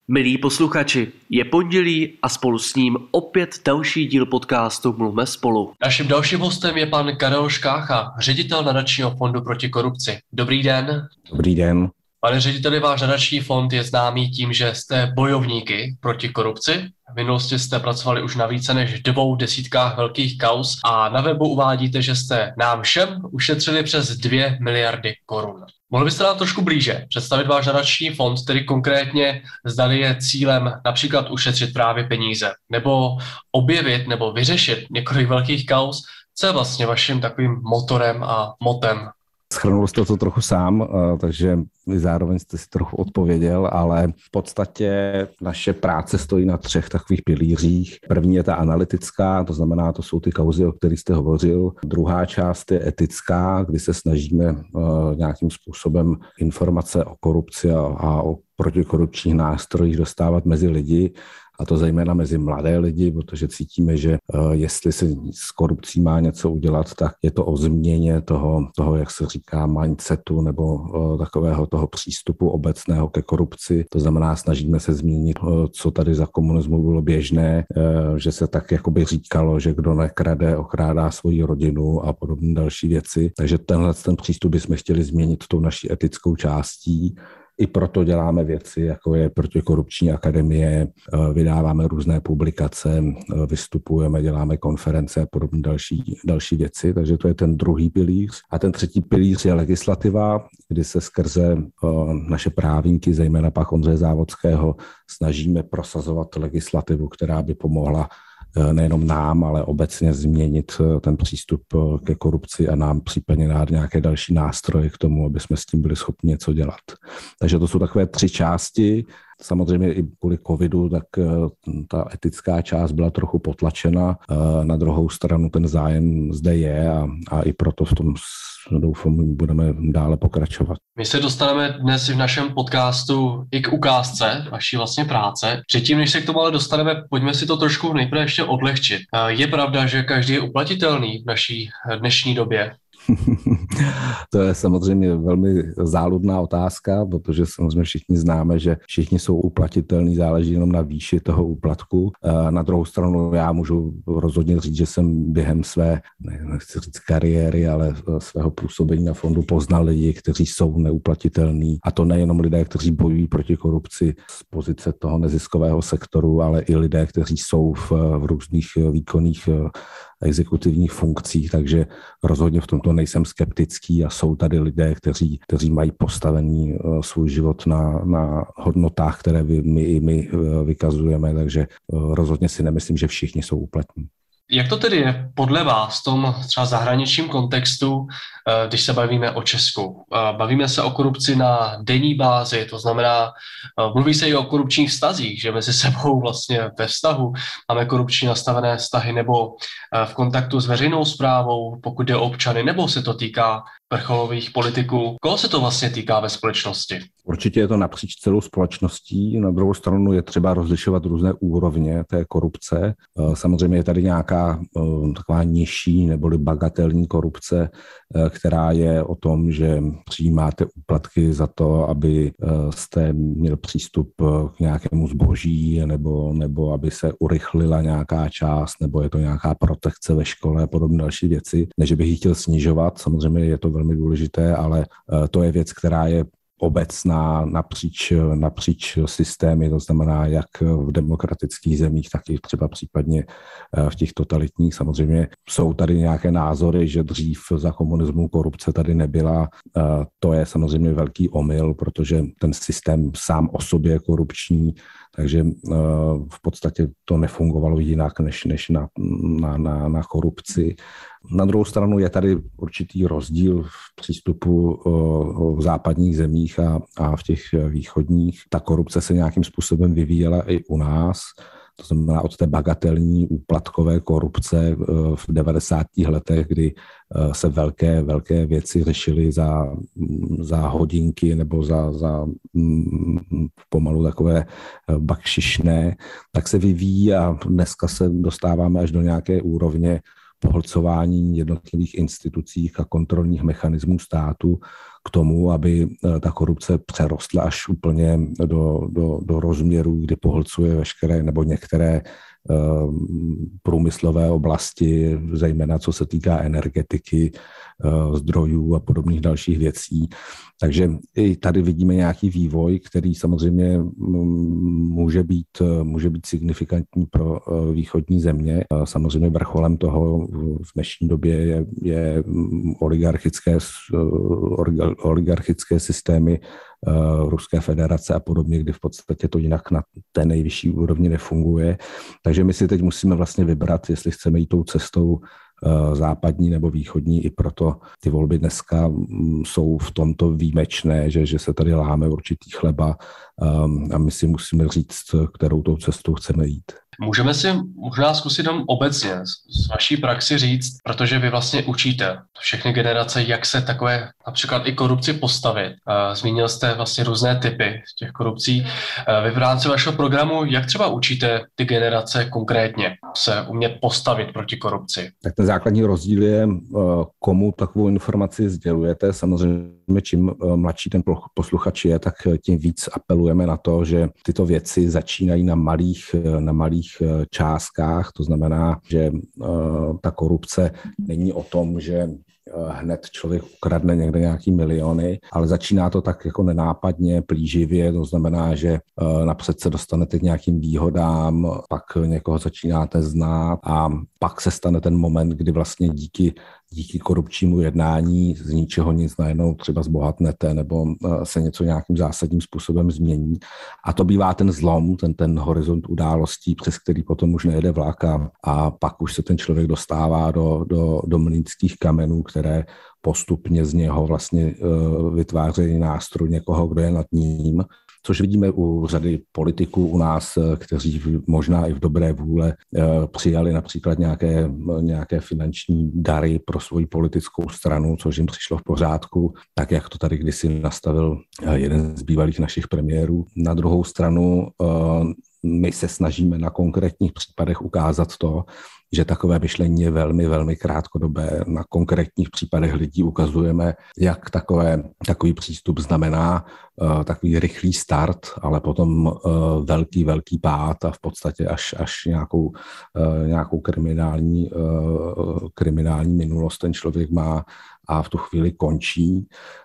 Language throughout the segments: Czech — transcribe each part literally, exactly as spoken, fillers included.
Milí posluchači, je pondělí a spolu s ním opět další díl podcastu Mluvme spolu. Naším dalším hostem je pan Karel Škácha, ředitel nadačního fondu proti korupci. Dobrý den. Dobrý den. Pane řediteli, váš nadační fond je známý tím, že jste bojovníky proti korupci. V minulosti jste pracovali už na více než dvou desítkách velkých kauz a na webu uvádíte, že jste nám všem ušetřili přes dvě miliardy korun. Mohli byste nám trošku blíže představit váš nadační fond, tedy konkrétně zdali je cílem například ušetřit právě peníze, nebo objevit nebo vyřešit několik velkých kauz, co je vlastně vaším takovým motorem a motem? Shrnul jste to trochu sám, takže zároveň jste si trochu odpověděl, ale v podstatě naše práce stojí na třech takových pilířích. První je ta analytická, to znamená, to jsou ty kauzy, o kterých jste hovořil. Druhá část je etická, kdy se snažíme nějakým způsobem informace o korupci a o protikorupčních nástrojích dostávat mezi lidi. A to zejména mezi mladé lidi, protože cítíme, že jestli se s korupcí má něco udělat, tak je to o změně toho, toho jak se říká, mindsetu nebo takového toho přístupu obecného ke korupci. To znamená, snažíme se změnit, co tady za komunismu bylo běžné, že se tak jakoby říkalo, že kdo nekrade, okrádá svoji rodinu a podobné další věci. Takže tenhle ten přístup bychom chtěli změnit tou naší etickou částí. I proto děláme věci, jako je protikorupční akademie, vydáváme různé publikace, vystupujeme, děláme konference a podobné další, další věci, takže to je ten druhý pilíř. A ten třetí pilíř je legislativa, kdy se skrze naše právníky, zejména pak Ondřeje Závodského, snažíme prosazovat legislativu, která by pomohla nejenom nám, ale obecně změnit ten přístup ke korupci a nám případně dát nějaké další nástroje k tomu, aby jsme s tím byli schopni něco dělat. Takže to jsou takové tři části. Samozřejmě i kvůli covidu, tak ta etická část byla trochu potlačena. Na druhou stranu ten zájem zde je a, a i proto v tom doufám budeme dále pokračovat. My se dostaneme dnes v našem podcastu i k ukázce vaší vlastně práce. Předtím, než se k tomu ale dostaneme, pojďme si to trošku nejprve ještě odlehčit. Je pravda, že každý je uplatitelný v naší dnešní době? To je samozřejmě velmi záludná otázka, protože samozřejmě všichni známe, že všichni jsou uplatitelní, záleží jenom na výši toho úplatku. Na druhou stranu já můžu rozhodně říct, že jsem během své, nechci říct kariéry, ale svého působení na fondu poznal lidi, kteří jsou neuplatitelní. A to nejenom lidé, kteří bojují proti korupci z pozice toho neziskového sektoru, ale i lidé, kteří jsou v, v různých výkonných exekutivních funkcích, takže rozhodně v tomto nejsem skeptický a jsou tady lidé, kteří, kteří mají postavený svůj život na, na hodnotách, které my i my vykazujeme, takže rozhodně si nemyslím, že všichni jsou úplatní. Jak to tedy je podle vás v tom třeba zahraničním kontextu, když se bavíme o Česku? Bavíme se o korupci na denní bázi, to znamená, mluví se i o korupčních vztazích, že mezi sebou vlastně ve vztahu máme korupčně nastavené vztahy, nebo v kontaktu s veřejnou správou, pokud jde o občany, nebo se to týká vrcholových politiků. Koho se to vlastně týká ve společnosti? Určitě je to napříč celou společností. Na druhou stranu je třeba rozlišovat různé úrovně té korupce. Samozřejmě je tady nějaká taková nižší neboli bagatelní korupce, která je o tom, že přijímáte úplatky za to, aby jste měl přístup k nějakému zboží nebo, nebo aby se urychlila nějaká část, nebo je to nějaká protekce ve škole a podobné další věci. Než bych ji chtěl snižovat, samozřejmě je to velmi důležité, ale to je věc, která je obecná napříč, napříč systémy, to znamená jak v demokratických zemích, tak i třeba případně v těch totalitních. Samozřejmě jsou tady nějaké názory, že dřív za komunismu korupce tady nebyla. To je samozřejmě velký omyl, protože ten systém sám o sobě je korupční, takže v podstatě to nefungovalo jinak než, než na, na, na, na korupci. Na druhou stranu je tady určitý rozdíl v přístupu v západních zemích a, a v těch východních. Ta korupce se nějakým způsobem vyvíjela i u nás. To znamená od té bagatelní úplatkové korupce v devadesátých letech, kdy se velké, velké věci řešily za, za hodinky nebo za, za pomalu takové bakšišné, tak se vyvíjí a dneska se dostáváme až do nějaké úrovně pohlcování jednotlivých institucí a kontrolních mechanismů státu, k tomu, aby ta korupce přerostla až úplně do, do, do rozměru, kdy pohlcuje veškeré nebo některé průmyslové oblasti, zejména co se týká energetiky, zdrojů a podobných dalších věcí. Takže i tady vidíme nějaký vývoj, který samozřejmě může být, může být signifikantní pro východní země. Samozřejmě vrcholem toho v dnešní době je, je oligarchické, oligarchické systémy Ruské federace a podobně, kdy v podstatě to jinak na té nejvyšší úrovni nefunguje. Takže my si teď musíme vlastně vybrat, jestli chceme jít tou cestou západní nebo východní, i proto ty volby dneska jsou v tomto výjimečné, že, že se tady láme určitý chleba a my si musíme říct, kterou tou cestou chceme jít. Můžeme si možná zkusit jenom obecně z vaší praxi říct, protože vy vlastně učíte všechny generace, jak se takové například i korupci postavit. Zmínil jste vlastně různé typy těch korupcí. Vy v rámci vašeho programu, jak třeba učíte ty generace konkrétně se umět postavit proti korupci? Tak ten základní rozdíl je, komu takovou informaci sdělujete. Samozřejmě čím mladší ten posluchač je, tak tím víc apelujeme na to, že tyto věci začínají na malých, na malých částkách. To znamená, že ta korupce není o tom, že hned člověk ukradne někde nějaký miliony, ale začíná to tak jako nenápadně, plíživě, to znamená, že napřed se dostanete k nějakým výhodám, pak někoho začínáte znát a pak se stane ten moment, kdy vlastně díky, díky korupčnímu jednání z ničeho nic najednou třeba zbohatnete nebo se něco nějakým zásadním způsobem změní. A to bývá ten zlom, ten, ten horizont událostí, přes který potom už nejede vlak a, a pak už se ten člověk dostává do, do, do mlýnských kamenů, které postupně z něho vlastně vytvářejí nástroj někoho, kdo je nad ním. Což vidíme u řady politiků u nás, kteří možná i v dobré vůle přijali například nějaké, nějaké finanční dary pro svoji politickou stranu, což jim přišlo v pořádku, tak jak to tady kdysi nastavil jeden z bývalých našich premiérů. Na druhou stranu my se snažíme na konkrétních případech ukázat to, že takové myšlení je velmi, velmi krátkodobé. Na konkrétních případech lidí ukazujeme, jak takové, takový přístup znamená uh, takový rychlý start, ale potom uh, velký, velký pád a v podstatě až, až nějakou, uh, nějakou kriminální, uh, kriminální minulost ten člověk má a v tu chvíli končí.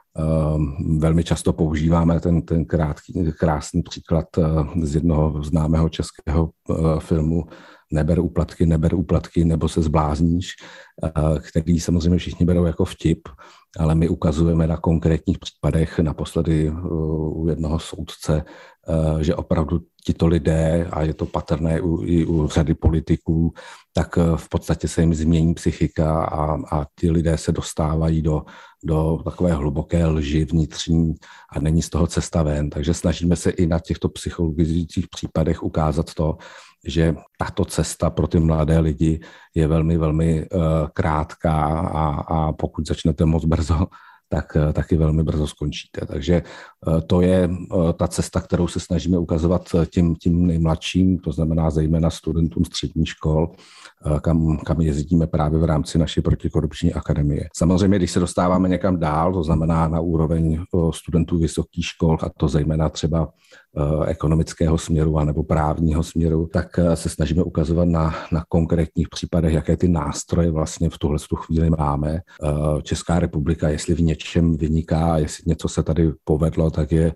Uh, velmi často používáme ten, ten krátký, krásný příklad uh, z jednoho známého českého uh, filmu Neber úplatky, neber úplatky, nebo se zblázníš, uh, který samozřejmě všichni berou jako vtip, ale my ukazujeme na konkrétních případech, naposledy uh, u jednoho soudce, uh, že opravdu tito lidé, a je to patrné u, i u řady politiků, tak uh, v podstatě se jim změní psychika a, a ti lidé se dostávají do, do takové hluboké lži vnitřní a není z toho cesta ven. Takže snažíme se i na těchto psychologických případech ukázat to, že tato cesta pro ty mladé lidi je velmi, velmi uh, krátká a, a pokud začnete moc brzo, tak taky velmi brzo skončíte. Takže uh, to je uh, ta cesta, kterou se snažíme ukazovat tím, tím nejmladším, to znamená zejména studentům středních škol, uh, kam, kam jezdíme právě v rámci naší protikorupční akademie. Samozřejmě, když se dostáváme někam dál, to znamená na úroveň uh, studentů vysokých škol, a to zejména třeba ekonomického směru anebo právního směru, tak se snažíme ukazovat na, na konkrétních případech, jaké ty nástroje vlastně v tuhle chvíli máme. Česká republika, jestli v něčem vyniká, jestli něco se tady povedlo, tak je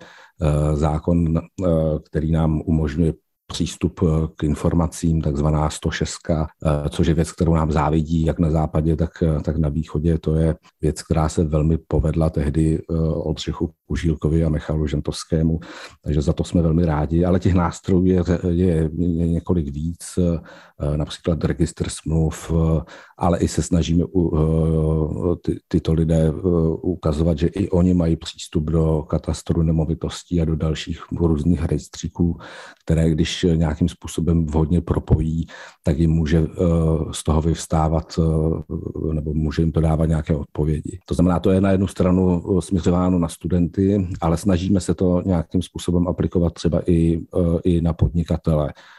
zákon, který nám umožňuje přístup k informacím, takzvaná sto šest, což je věc, kterou nám závidí jak na západě, tak, tak na východě. To je věc, která se velmi povedla tehdy Oldřichu Kužílkovi a Michalu Žantovskému, takže za to jsme velmi rádi. Ale těch nástrojů je, je, je několik víc, například registr smluv, ale i se snažíme ty, tyto lidé ukazovat, že i oni mají přístup do katastru nemovitostí a do dalších různých rejstříků, které když nějakým způsobem vhodně propojí, tak jim může z toho vyvstávat nebo může jim to dávat nějaké odpovědi. To znamená, to je na jednu stranu směřováno na studenty, ale snažíme se to nějakým způsobem aplikovat třeba i, i na podnikatele.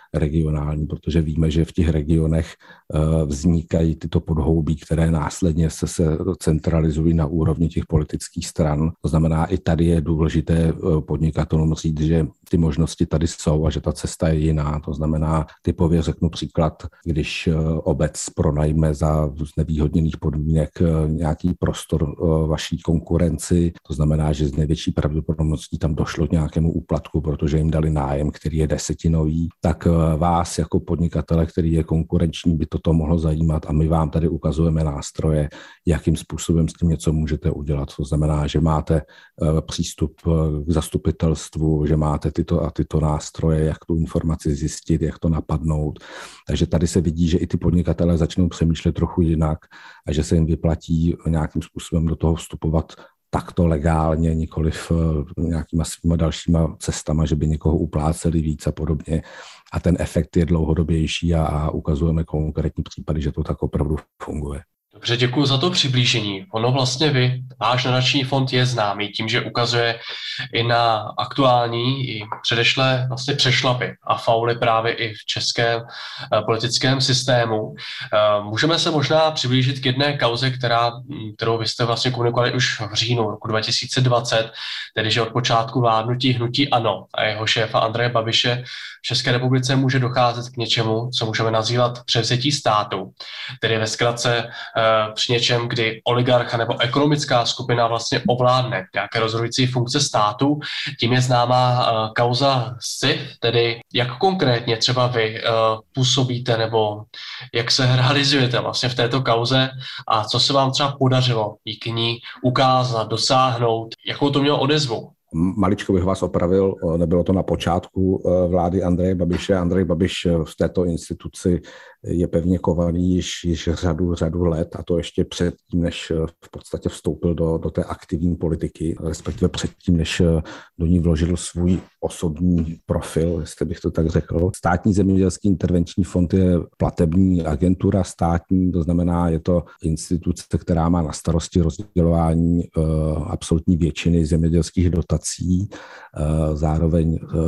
regionální, protože víme, že v těch regionech vznikají tyto podhoubí, které následně se, se centralizují na úrovni těch politických stran. To znamená, i tady je důležité podnikatelům říct, že ty možnosti tady jsou a že ta cesta je jiná. To znamená, typově řeknu příklad, když obec pronajme za znevýhodněných podmínek nějaký prostor vaší konkurenci, to znamená, že z největší pravděpodobností tam došlo k nějakému úplatku, protože jim dali nájem, který je desetinový, tak vás jako podnikatele, který je konkurenční, by toto mohlo zajímat a my vám tady ukazujeme nástroje, jakým způsobem s tím něco můžete udělat. To znamená, že máte přístup k zastupitelstvu, že máte tyto a tyto nástroje, jak tu informaci zjistit, jak to napadnout. Takže tady se vidí, že i ty podnikatelé začnou přemýšlet trochu jinak a že se jim vyplatí nějakým způsobem do toho vstupovat takto legálně, nikoliv nějakýma svýma dalšíma cestama, že by někoho upláceli víc a podobně. A ten efekt je dlouhodobější a, a ukazujeme konkrétní případy, že to tak opravdu funguje. Dobře, děkuji za to přiblížení. Ono vlastně vy, váš nadační fond je známý tím, že ukazuje i na aktuální, i předešlé vlastně přešlapy a fauly právě i v českém politickém systému. Můžeme se možná přiblížit k jedné kauze, která, kterou vy jste vlastně komunikovali už v říjnu roku dva tisíce dvacet, tedy že od počátku vládnutí hnutí ANO a jeho šéfa Andreje Babiše v České republice může docházet k něčemu, co můžeme nazývat převzetí státu, tedy ve zkratce při něčem, kdy oligarcha nebo ekonomická skupina vlastně ovládne nějaké rozhodující funkce státu. Tím je známá kauza S I F, tedy jak konkrétně třeba vy působíte nebo jak se realizujete vlastně v této kauze a co se vám třeba podařilo díky ní ukázat, dosáhnout, jakou to mělo odezvu. Maličko bych vás opravil, nebylo to na počátku vlády Andreje Babiše. Andrej Babiš v této instituci je pevně kovaný již, již řadu, řadu let a to ještě předtím, než v podstatě vstoupil do, do té aktivní politiky, respektive předtím, než do ní vložil svůj osobní profil, jestli bych to tak řekl. Státní zemědělský intervenční fond je platební agentura státní, to znamená, je to instituce, která má na starosti rozdělování uh, absolutní většiny zemědělských dotací, uh, zároveň uh,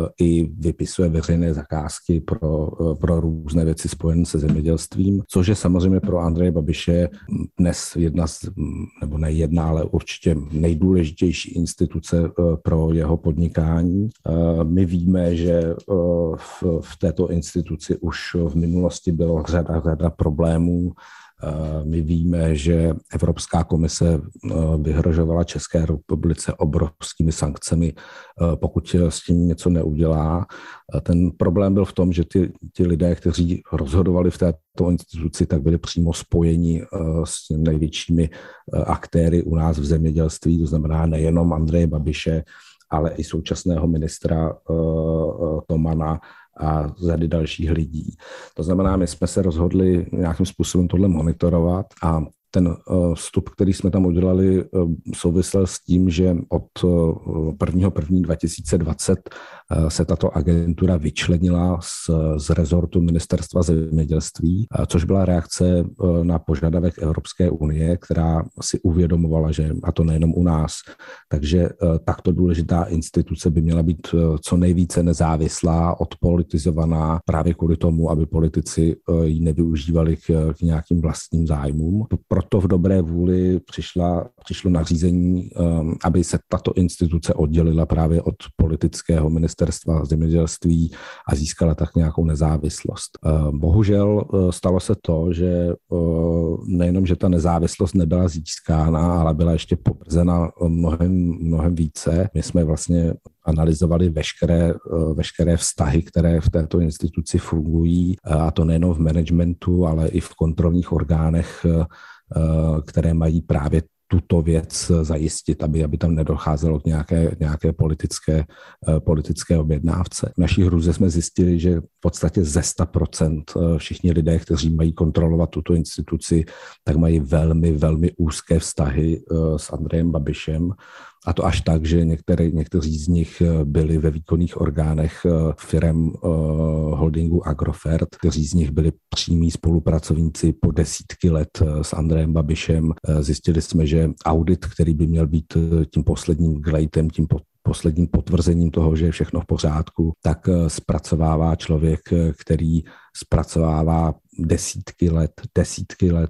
i vypisuje veřejné zakázky pro, uh, pro různé věci spojené se zemědělstvím, což je samozřejmě pro Andreje Babiše dnes jedna z, nebo ne jedna, ale určitě nejdůležitější instituce uh, pro jeho podnikání. My víme, že v této instituci už v minulosti bylo řada, řada problémů. My víme, že Evropská komise vyhrožovala České republice obrovskými sankcemi, pokud s tím něco neudělá. Ten problém byl v tom, že ty, ty lidé, kteří rozhodovali v této instituci, tak byli přímo spojeni s největšími aktéry u nás v zemědělství, to znamená nejenom Andreje Babiše, ale i současného ministra uh, Tomana a řady dalších lidí. To znamená, my jsme se rozhodli nějakým způsobem tohle monitorovat a ten vstup, který jsme tam udělali, souvisel s tím, že od prvního prvního dva tisíce dvacet se tato agentura vyčlenila z, z rezortu Ministerstva zemědělství, což byla reakce na požadavek Evropské unie, která si uvědomovala, že, a to nejenom u nás, takže takto důležitá instituce by měla být co nejvíce nezávislá, odpolitizovaná, právě kvůli tomu, aby politici ji nevyužívali k, k nějakým vlastním zájmům. Proto v dobré vůli přišla, přišlo nařízení, aby se tato instituce oddělila právě od politického ministerstva zemědělství a získala tak nějakou nezávislost. Bohužel stalo se to, že nejenom, že ta nezávislost nebyla získána, ale byla ještě pobrzena mnohem, mnohem více. My jsme vlastně analyzovali veškeré, veškeré vztahy, které v této instituci fungují, a to nejenom v managementu, ale i v kontrolních orgánech, které mají právě tuto věc zajistit, aby, aby tam nedocházelo k nějaké, nějaké politické, politické objednávce. V naší hruze jsme zjistili, že v podstatě ze sto procent všichni lidé, kteří mají kontrolovat tuto instituci, tak mají velmi, velmi úzké vztahy s Andrejem Babišem. A to až tak, že některé, někteří z nich byli ve výkonných orgánech firem holdingu Agrofert, kteří z nich byli přímí spolupracovníci po desítky let s Andrejem Babišem. Zjistili jsme, že audit, který by měl být tím posledním glejtem, tím posledním potvrzením toho, že je všechno v pořádku, tak zpracovává člověk, který zpracovává desítky let, desítky let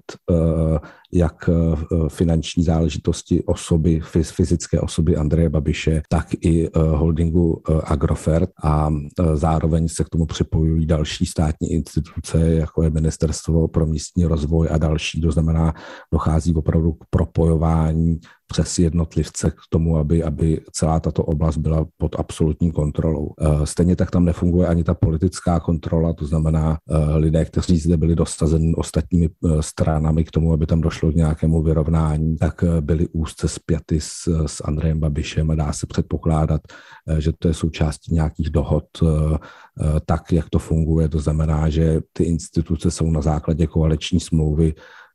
jak finanční záležitosti osoby, fyzické osoby Andreje Babiše, tak i holdingu Agrofert a zároveň se k tomu připojují další státní instituce, jako je Ministerstvo pro místní rozvoj a další. To znamená, dochází opravdu k propojování přes jednotlivce k tomu, aby, aby celá tato oblast byla pod absolutní kontrolou. Stejně tak tam nefunguje ani ta politická kontrola, to znamená lidé, kteří zde byli dosazeni ostatními stranami k tomu, aby tam došlo k nějakému vyrovnání, tak byli úzce spjati s, s Andrejem Babišem a dá se předpokládat, že to je součástí nějakých dohod, tak, jak to funguje. To znamená, že ty instituce jsou na základě koaliční smlouvy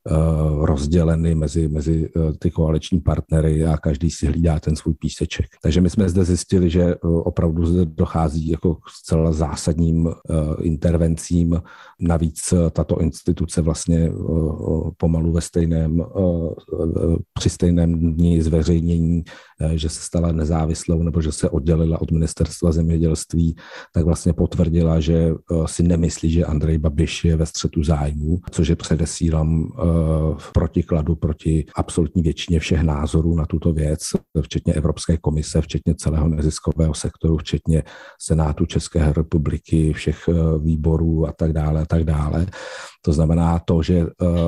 rozděleny mezi, mezi ty koaliční partnery a každý si hlídá ten svůj píseček. Takže my jsme zde zjistili, že opravdu zde dochází jako k zcela zásadním intervencím. Navíc tato instituce vlastně pomalu ve stejném, při stejném dni zveřejnění, že se stala nezávislou nebo že se oddělila od Ministerstva zemědělství, tak vlastně potvrdila, že si nemyslí, že Andrej Babiš je ve střetu zájmů, což je předesílám v protikladu proti absolutní většině všech názorů na tuto věc, včetně Evropské komise, včetně celého neziskového sektoru, včetně Senátu České republiky, všech výborů a tak dále a tak dále. To znamená to, že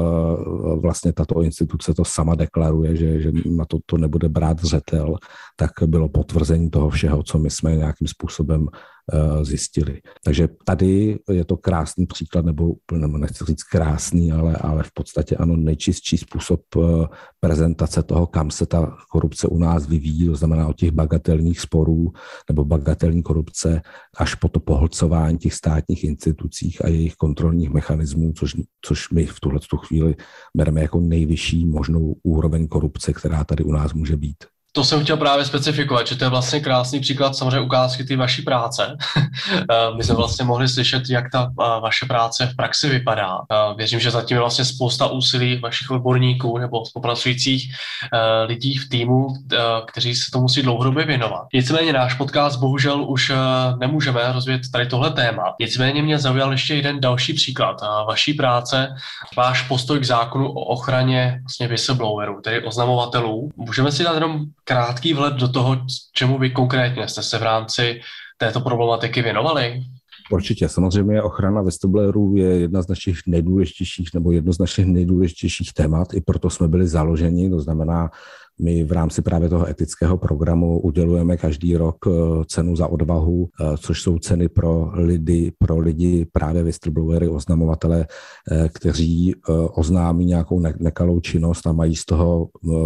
vlastně tato instituce to sama deklaruje, že, že na to, to nebude brát zřetel, tak bylo potvrzení toho všeho, co my jsme nějakým způsobem zjistili. Takže tady je to krásný příklad, nebo, nebo nechci říct krásný, ale, ale v podstatě ano, nejčistší způsob prezentace toho, kam se ta korupce u nás vyvíjí, to znamená od těch bagatelních sporů nebo bagatelní korupce až po to pohlcování těch státních institucích a jejich kontrolních mechanismů, což, což my v tuhle chvíli bereme jako nejvyšší možnou úroveň korupce, která tady u nás může být. To jsem chtěl právě specifikovat, že to je vlastně krásný příklad samozřejmě ukázky té vaší práce. My jsme vlastně mohli slyšet, jak ta vaše práce v praxi vypadá. Věřím, že zatím je vlastně spousta úsilí vašich odborníků nebo spolupracujících lidí v týmu, kteří se tomu musí dlouhodobě věnovat. Nicméně náš podcast bohužel už nemůžeme rozvíjet tady tohle téma. Nicméně mě zaujal ještě jeden další příklad vaší práce, váš postoj k zákonu o ochraně vlastně whistleblowerů, tedy oznamovatelů. Můžeme si dát jenom krátký vhled do toho, čemu vy konkrétně jste se v rámci této problematiky věnovali? Určitě. Samozřejmě ochrana whistleblowerů je jedna z našich nejdůležitějších nebo jedno z našich nejdůležitějších témat, i proto jsme byli založeni, to znamená, my v rámci právě toho etického programu udělujeme každý rok cenu za odvahu, což jsou ceny pro lidi, pro lidi právě whistleblowery, oznamovatele, kteří oznámí nějakou nekalou činnost a mají z toho,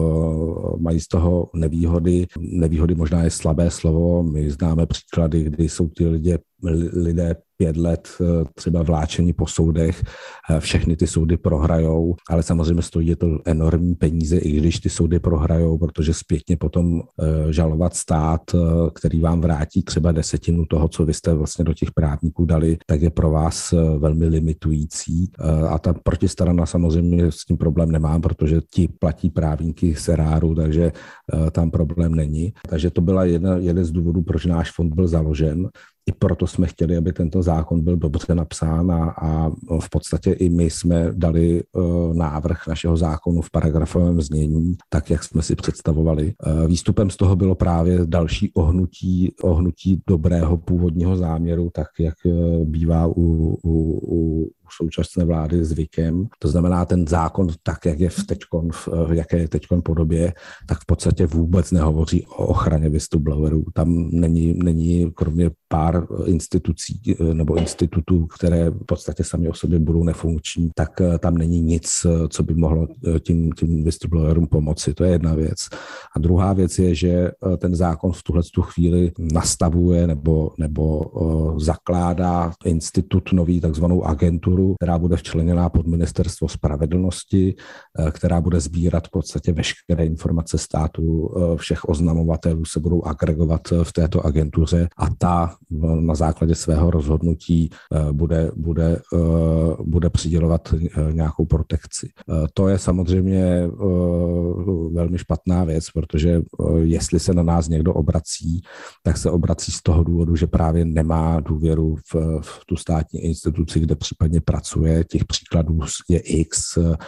mají z toho nevýhody. Nevýhody možná je slabé slovo. My známe příklady, kdy jsou ti lidé lidé pět let třeba vláčení po soudech, všechny ty soudy prohrajou, ale samozřejmě stojí je to enormní peníze, i když ty soudy prohrajou, protože zpětně potom žalovat stát, který vám vrátí třeba desetinu toho, co vy jste vlastně do těch právníků dali, tak je pro vás velmi limitující. A ta protistrana samozřejmě s tím problém nemá, protože ti platí právníky seráru, takže tam problém není. Takže to byla jedna, jeden z důvodů, proč náš fond byl založen. I proto jsme chtěli, aby tento zákon byl dobře napsán a, a v podstatě i my jsme dali uh, návrh našeho zákonu v paragrafovém znění, tak jak jsme si představovali. Uh, výstupem z toho bylo právě další ohnutí, ohnutí dobrého původního záměru, tak jak uh, bývá u, u, u současné vlády zvykem. To znamená, ten zákon, tak jak je v teďkon, v jaké je teďkon podobě, tak v podstatě vůbec nehovoří o ochraně whistleblowerů. Tam není, není kromě pár institucí nebo institutů, které v podstatě sami o sobě budou nefunkční, tak tam není nic, co by mohlo tím, tím whistleblowerům pomoci. To je jedna věc. A druhá věc je, že ten zákon v tuhle chvíli nastavuje nebo, nebo zakládá institut nový, takzvanou agenturu agenturu, která bude včleněná pod ministerstvo spravedlnosti, která bude sbírat v podstatě veškeré informace státu, všech oznamovatelů se budou agregovat v této agentuře a ta na základě svého rozhodnutí bude, bude, bude přidělovat nějakou protekci. To je samozřejmě velmi špatná věc, protože jestli se na nás někdo obrací, tak se obrací z toho důvodu, že právě nemá důvěru v, v tu státní instituci, kde případně pracuje. Těch příkladů je X.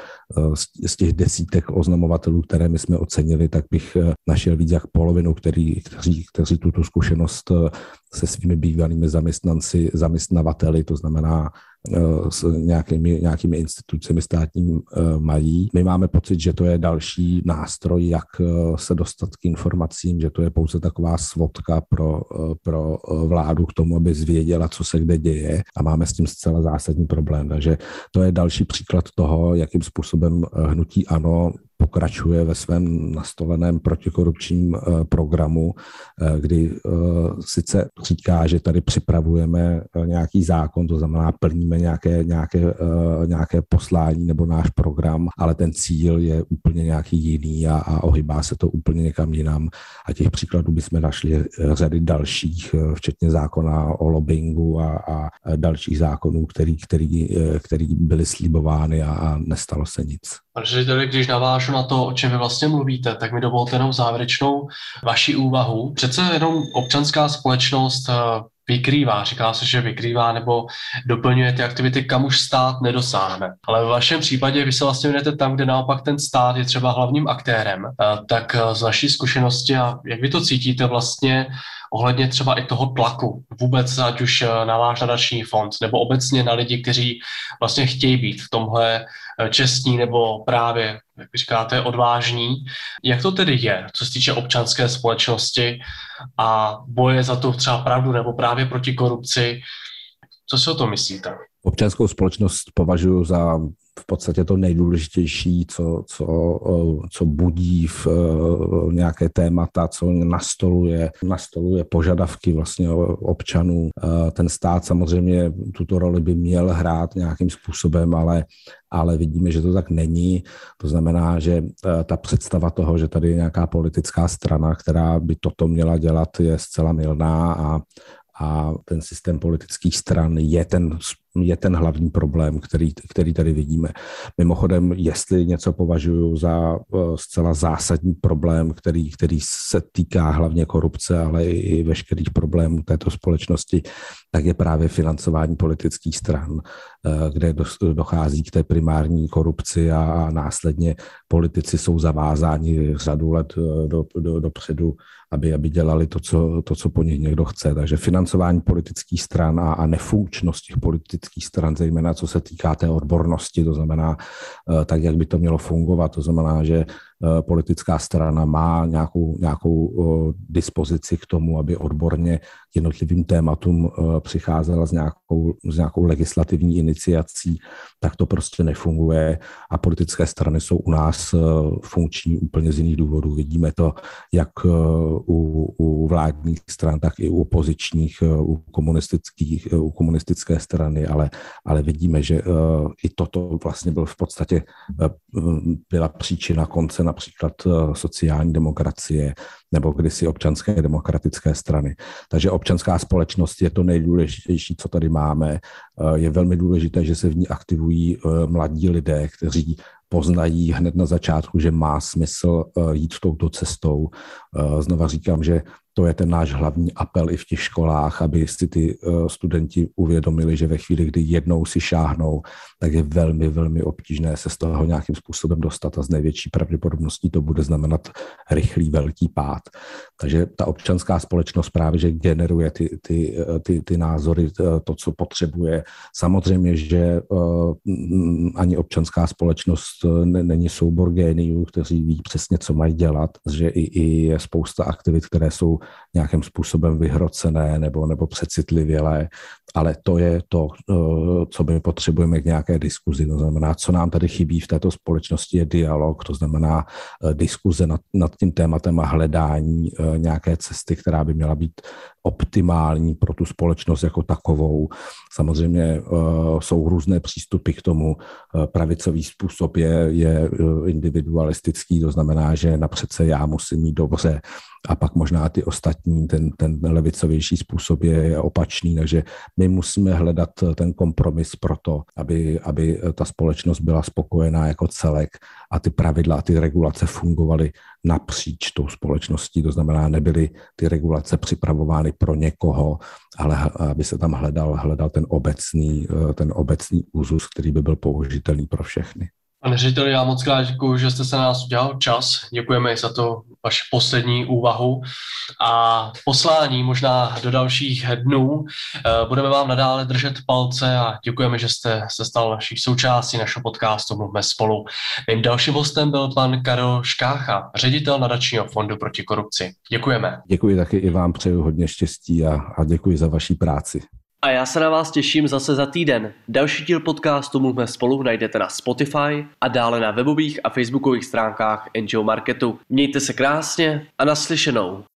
Z těch desítek oznamovatelů, které my jsme ocenili, tak bych našel víc jak polovinu, který, kteří, kteří tuto zkušenost se svými bývalými zaměstnanci, zaměstnavateli, to znamená s nějakými, nějakými institucemi státním mají. My máme pocit, že to je další nástroj, jak se dostat k informacím, že to je pouze taková svodka pro, pro vládu k tomu, aby zvěděla, co se kde děje a máme s tím zcela zásadní problém. Takže to je další příklad toho, jakým způsobem hnutí ANO pokračuje ve svém nastoleném protikorupčním programu, kdy sice říká, že tady připravujeme nějaký zákon, to znamená plníme nějaké, nějaké, nějaké poslání nebo náš program, ale ten cíl je úplně nějaký jiný a, a ohybá se to úplně někam jinam. A těch příkladů bychom našli řady dalších, včetně zákona o lobbingu a, a dalších zákonů, který, který, který byly slíbovány a, a nestalo se nic. Pane řediteli, když navážu na to, o čem vy vlastně mluvíte, tak mi dovolte jenom závěrečnou vaši úvahu. Přece jenom občanská společnost vykrývá, říká se, že vykrývá nebo doplňuje ty aktivity, kam už stát nedosáhne. Ale v vašem případě vy se vlastně jdete tam, kde naopak ten stát je třeba hlavním aktérem. Tak z vaší zkušenosti a jak vy to cítíte vlastně ohledně třeba i toho tlaku, vůbec ať už na váš nadační fond, nebo obecně na lidi, kteří vlastně chtějí být v tomhle čestní nebo právě, jak říkáte, odvážní. Jak to tedy je, co se týče občanské společnosti a boje za tu třeba pravdu nebo právě proti korupci? Co si o tom myslíte? Občanskou společnost považuji za v podstatě to nejdůležitější, co, co, co budí v nějaké témata, co nastoluje, nastoluje požadavky vlastně občanů. Ten stát samozřejmě tuto roli by měl hrát nějakým způsobem, ale, ale vidíme, že to tak není. To znamená, že ta představa toho, že tady je nějaká politická strana, která by toto měla dělat, je zcela mylná a A ten systém politických stran je ten, je ten hlavní problém, který, který tady vidíme. Mimochodem, jestli něco považuji za zcela zásadní problém, který, který se týká hlavně korupce, ale i veškerých problémů této společnosti, tak je právě financování politických stran, kde dochází k té primární korupci a následně politici jsou zavázáni řadu let do, do, dopředu, aby, aby dělali to co, to, co po nich někdo chce. Takže financování politických stran a, a nefunkčnost těch politických stran, zejména co se týká té odbornosti, to znamená tak, jak by to mělo fungovat, to znamená, že politická strana má nějakou, nějakou dispozici k tomu, aby odborně k jednotlivým tématům přicházela s nějakou, s nějakou legislativní iniciací, tak to prostě nefunguje a politické strany jsou u nás funkční úplně z jiných důvodů. Vidíme to jak u, u vládních stran, tak i u opozičních, u komunistických, u komunistické strany, ale, ale vidíme, že i toto vlastně byl v podstatě byla příčina konce například sociální demokracie nebo kdysi občanské demokratické strany. Takže občanská společnost je to nejdůležitější, co tady máme. Je velmi důležité, že se v ní aktivují mladí lidé, kteří poznají hned na začátku, že má smysl jít touto cestou. Znova říkám, že to je ten náš hlavní apel i v těch školách, aby si ty studenti uvědomili, že ve chvíli, kdy jednou si šáhnou, tak je velmi, velmi obtížné se z toho nějakým způsobem dostat a z největší pravděpodobností to bude znamenat rychlý velký pád. Takže ta občanská společnost právě, že generuje ty, ty, ty, ty názory, to, co potřebuje. Samozřejmě, že ani občanská společnost není soubor géniů, kteří ví přesně, co mají dělat, že i, i je spousta aktivit, které jsou nějakým způsobem vyhrocené nebo, nebo přecitlivělé, ale to je to, co my potřebujeme k nějaké diskuzi. To znamená, co nám tady chybí v této společnosti je dialog, to znamená diskuze nad, nad tím tématem a hledání nějaké cesty, která by měla být optimální pro tu společnost jako takovou. Samozřejmě uh, jsou různé přístupy k tomu. Uh, pravicový způsob je, je individualistický, to znamená, že napřed se já musím mít dobře a pak možná ty ostatní, ten, ten levicovější způsob je, je opačný, takže my musíme hledat ten kompromis pro to, aby, aby ta společnost byla spokojená jako celek a ty pravidla a ty regulace fungovaly napříč tou společností, to znamená, nebyly ty regulace připravovány pro někoho, ale aby se tam hledal, hledal ten obecný, ten obecný úzus, který by byl použitelný pro všechny. Pane řediteli, já moc krát děkuji, že jste se na nás udělal čas. Děkujeme i za to vaši poslední úvahu a poslání možná do dalších dnů. Budeme vám nadále držet palce a děkujeme, že jste se stal naší součástí našeho podcastu Mluvme spolu. Mým dalším hostem byl pan Karel Škácha, ředitel Nadačního fondu proti korupci. Děkujeme. Děkuji taky i vám, přeju hodně štěstí a, a děkuji za vaši práci. A já se na vás těším zase za týden. Další díl podcastu Mluvme spolu najdete na Spotify a dále na webových a facebookových stránkách N G O Marketu. Mějte se krásně a naslyšenou.